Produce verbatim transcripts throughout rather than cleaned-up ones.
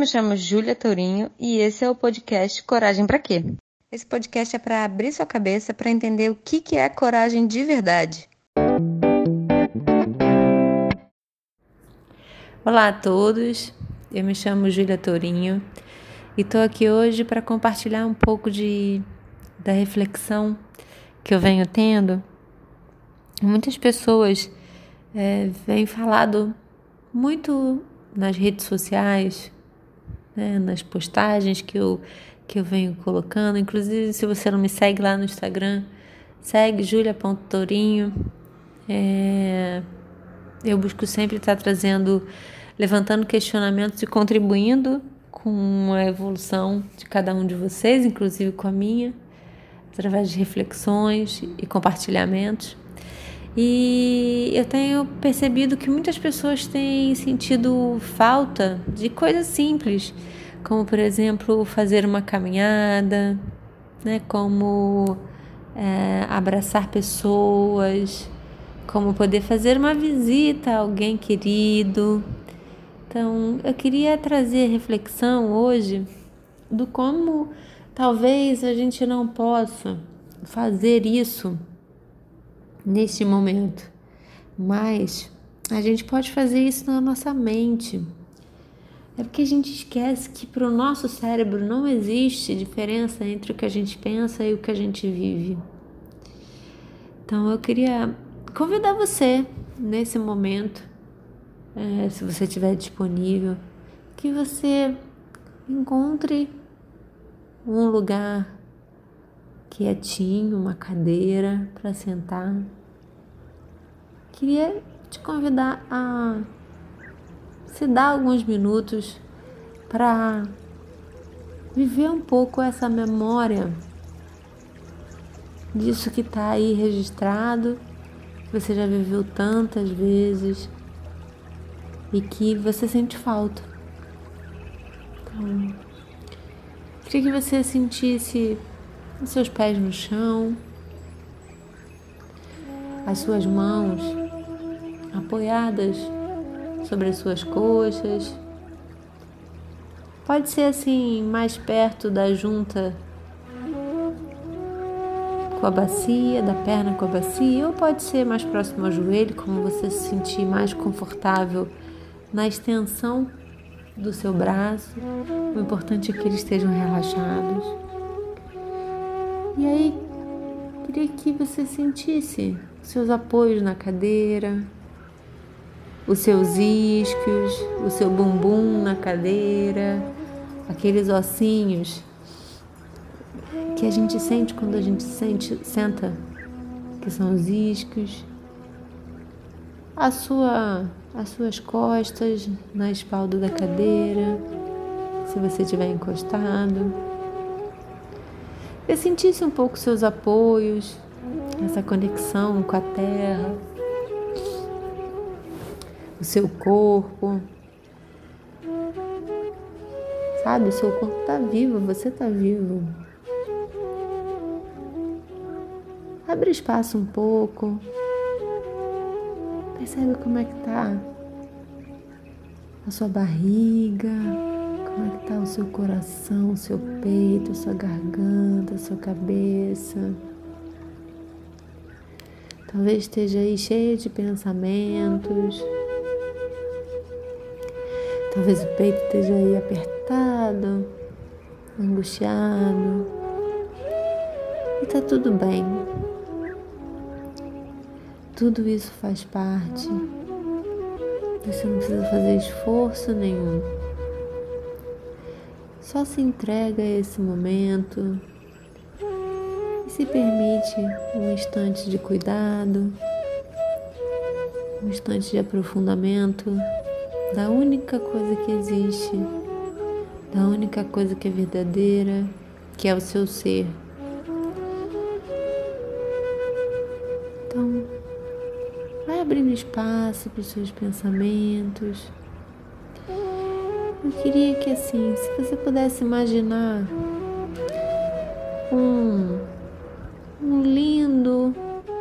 me chamo Júlia Tourinho e esse é o podcast Coragem Pra Quê? Esse podcast é para abrir sua cabeça para entender o que que é coragem de verdade. Olá a todos, eu me chamo Júlia Tourinho e estou aqui hoje para compartilhar um pouco de, da reflexão que eu venho tendo. Muitas pessoas é, vêm falado muito nas redes sociais, né, nas postagens que eu, que eu venho colocando. Inclusive, se você não me segue lá no Instagram, segue julia ponto tourinho. É, eu busco sempre estar trazendo, levantando questionamentos e contribuindo com a evolução de cada um de vocês, inclusive com a minha, através de reflexões e compartilhamentos. E eu tenho percebido que muitas pessoas têm sentido falta de coisas simples, como, por exemplo, fazer uma caminhada, né? Como é, abraçar pessoas, como poder fazer uma visita a alguém querido. Então, eu queria trazer reflexão hoje do como talvez a gente não possa fazer isso neste momento, mas a gente pode fazer isso na nossa mente. É porque a gente esquece que para o nosso cérebro não existe diferença entre o que a gente pensa e o que a gente vive. Então eu queria convidar você nesse momento, é, se você estiver disponível, que você encontre um lugar quietinho, uma cadeira para sentar. Queria te convidar a se dar alguns minutos para viver um pouco essa memória disso que está aí registrado, que você já viveu tantas vezes e que você sente falta. Então, queria que você sentisse os seus pés no chão, as suas mãos apoiadas sobre as suas coxas. Pode ser assim, mais perto da junta com a bacia, da perna com a bacia, ou pode ser mais próximo ao joelho, como você se sentir mais confortável na extensão do seu braço. O importante é que eles estejam relaxados. E aí, queria que você sentisse os seus apoios na cadeira, os seus isquios, o seu bumbum na cadeira, aqueles ossinhos que a gente sente quando a gente sente, senta, que são os isquios, a sua, as suas costas na espalda da cadeira, se você estiver encostado. E sentisse um pouco seus apoios, essa conexão com a terra, o seu corpo. Sabe, o seu corpo está vivo, você está vivo. Abre espaço um pouco. Percebe como é que está a sua barriga, como é que está o seu coração, o seu peito, a sua garganta, a sua cabeça. Talvez esteja aí cheia de pensamentos. Talvez o peito esteja aí apertado, angustiado. E tá tudo bem. Tudo isso faz parte. Você não precisa fazer esforço nenhum. Só se entrega a esse momento e se permite um instante de cuidado, um instante de aprofundamento da única coisa que existe, da única coisa que é verdadeira, que é o seu ser. Então, vai abrindo espaço para os seus pensamentos. Eu queria que, assim, se você pudesse imaginar um, um lindo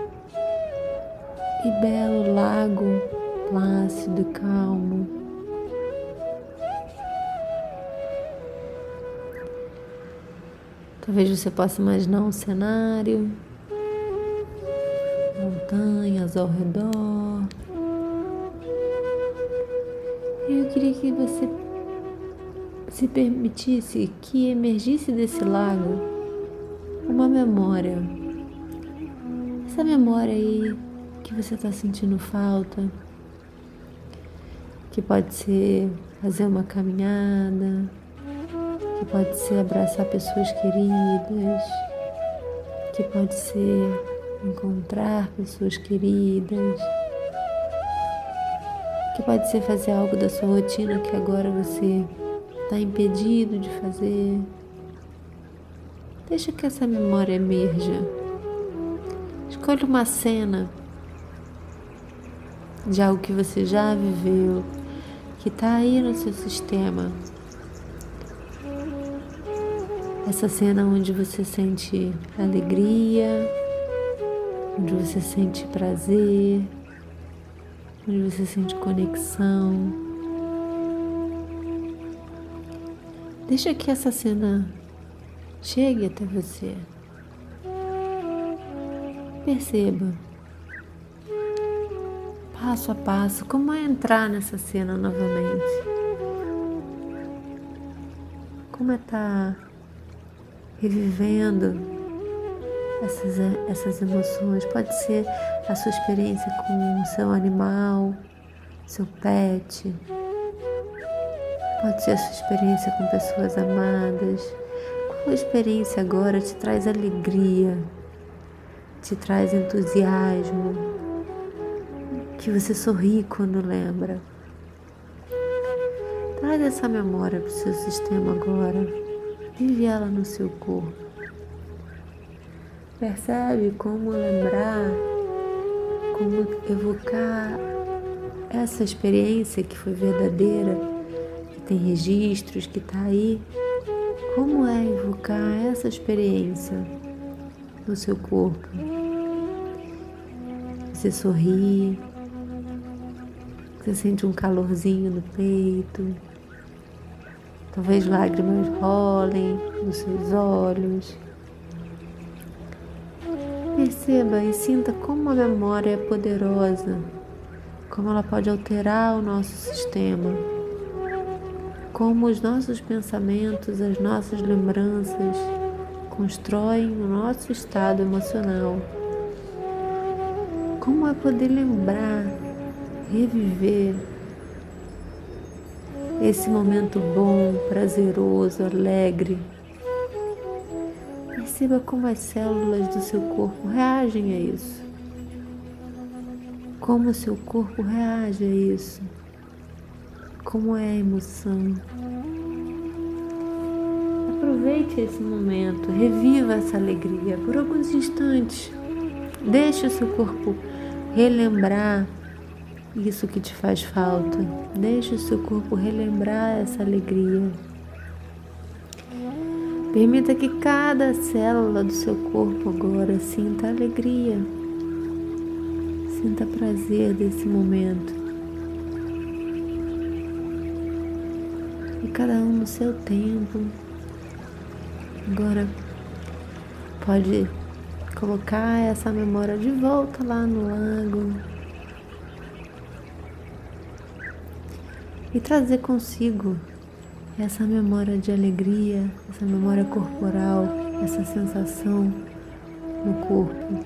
e belo lago plácido e calmo, Talvez você possa imaginar um cenário, montanhas ao redor. Eu queria que você se permitisse que emergisse desse lago uma memória. Essa memória aí que você está sentindo falta, que pode ser fazer uma caminhada, que pode ser abraçar pessoas queridas, que pode ser encontrar pessoas queridas, que pode ser fazer algo da sua rotina que agora você está impedido de fazer. Deixa que essa memória emerja. Escolha uma cena de algo que você já viveu, que está aí no seu sistema. Essa cena onde você sente alegria, onde você sente prazer, onde você sente conexão. Deixa que essa cena chegue até você. Perceba, passo a passo, como é entrar nessa cena novamente. Como é estar revivendo essas, essas emoções. Pode ser a sua experiência com o seu animal, seu pet. Pode ser a sua experiência com pessoas amadas. Qual experiência agora te traz alegria, te traz entusiasmo, que você sorri quando lembra? Traz essa memória para o seu sistema agora. Vive ela no seu corpo. Percebe como lembrar, como evocar essa experiência que foi verdadeira, que tem registros, que está aí. Como é evocar essa experiência no seu corpo? Você sorri, você sente um calorzinho no peito, talvez lágrimas rolem nos seus olhos. Perceba e sinta como a memória é poderosa, como ela pode alterar o nosso sistema, como os nossos pensamentos, as nossas lembranças constroem o nosso estado emocional. Como é poder lembrar, reviver esse momento bom, prazeroso, alegre. Perceba como as células do seu corpo reagem a isso. Como o seu corpo reage a isso. Como é a emoção. Aproveite esse momento, reviva essa alegria por alguns instantes. Deixe o seu corpo relembrar isso que te faz falta. Deixe o seu corpo relembrar essa alegria. Permita que cada célula do seu corpo agora sinta alegria, sinta prazer desse momento. E cada um no seu tempo. Agora pode colocar essa memória de volta lá no lago e trazer consigo essa memória de alegria, essa memória corporal, essa sensação no corpo.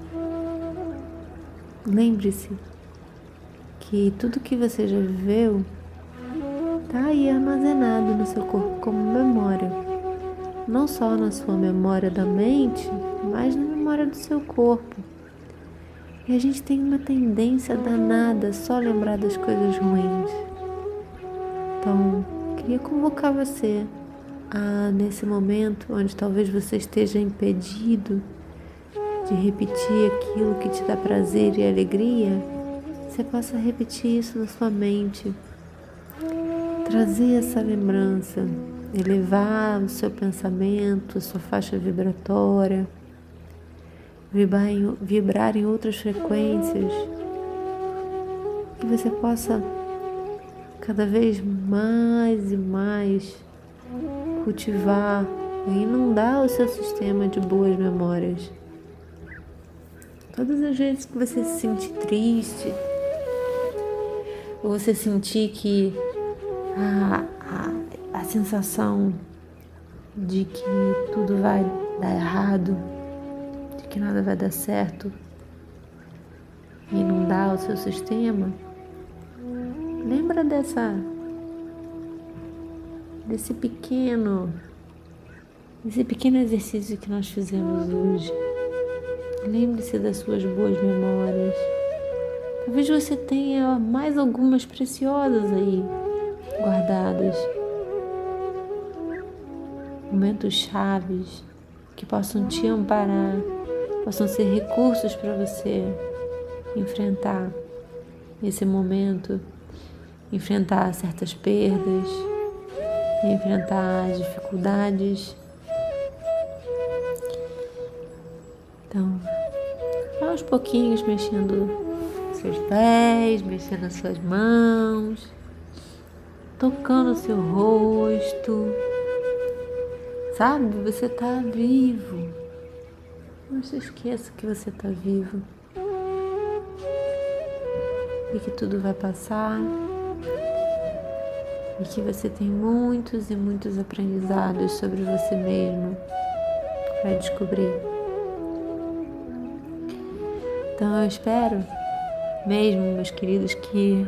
Lembre-se que tudo que você já viveu está aí armazenado no seu corpo como memória. Não só na sua memória da mente, mas na memória do seu corpo. E a gente tem uma tendência danada só lembrar das coisas ruins. Então, queria convocar você a, nesse momento onde talvez você esteja impedido de repetir aquilo que te dá prazer e alegria, você possa repetir isso na sua mente, trazer essa lembrança, elevar o seu pensamento, a sua faixa vibratória, vibrar em, vibrar em outras frequências, que você possa cada vez mais e mais cultivar a inundar o seu sistema de boas memórias. Todas as vezes que você se sentir triste, ou você sentir que a, a, a sensação de que tudo vai dar errado, de que nada vai dar certo, inundar o seu sistema, lembra dessa, desse pequeno, desse pequeno exercício que nós fizemos hoje. Lembre-se das suas boas memórias. Talvez você tenha mais algumas preciosas aí, guardadas. Momentos chaves que possam te amparar, possam ser recursos para você enfrentar esse momento, enfrentar certas perdas, enfrentar as dificuldades. Então, aos pouquinhos mexendo seus pés, mexendo as suas mãos, tocando o seu rosto. Sabe, você está vivo. Não se esqueça que você está vivo. E que tudo vai passar. E que você tem muitos e muitos aprendizados sobre você mesmo para descobrir. Então eu espero mesmo, meus queridos, que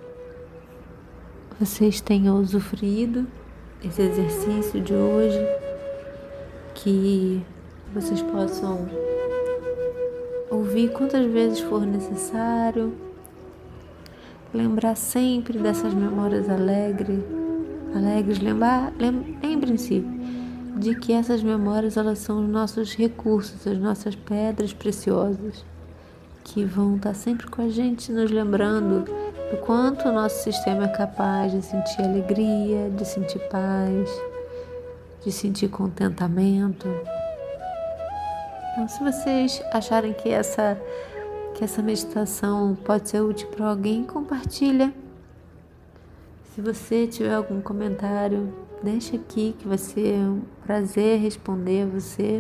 vocês tenham usufruído desse exercício de hoje, que vocês possam ouvir quantas vezes for necessário, lembrar sempre dessas memórias alegres, alegres, lembrar, lembrem-se de que essas memórias, elas são os nossos recursos, as nossas pedras preciosas, que vão estar sempre com a gente, nos lembrando do quanto o nosso sistema é capaz de sentir alegria, de sentir paz, de sentir contentamento. Então, se vocês acharem que essa, que essa meditação pode ser útil para alguém, compartilha. Se você tiver algum comentário, deixa aqui, que vai ser um prazer responder a você.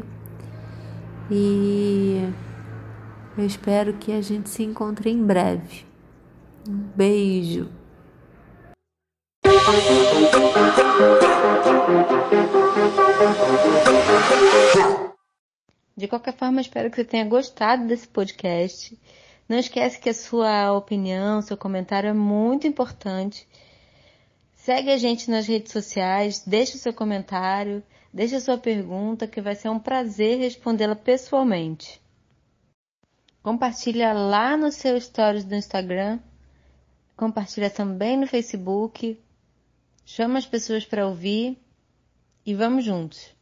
E eu espero que a gente se encontre em breve. Um beijo. De qualquer forma, espero que você tenha gostado desse podcast. Não esquece que a sua opinião, seu comentário é muito importante. Segue a gente nas redes sociais, deixa o seu comentário, deixa a sua pergunta, que vai ser um prazer respondê-la pessoalmente. Compartilha lá no seu stories do Instagram, compartilha também no Facebook, chama as pessoas para ouvir e vamos juntos.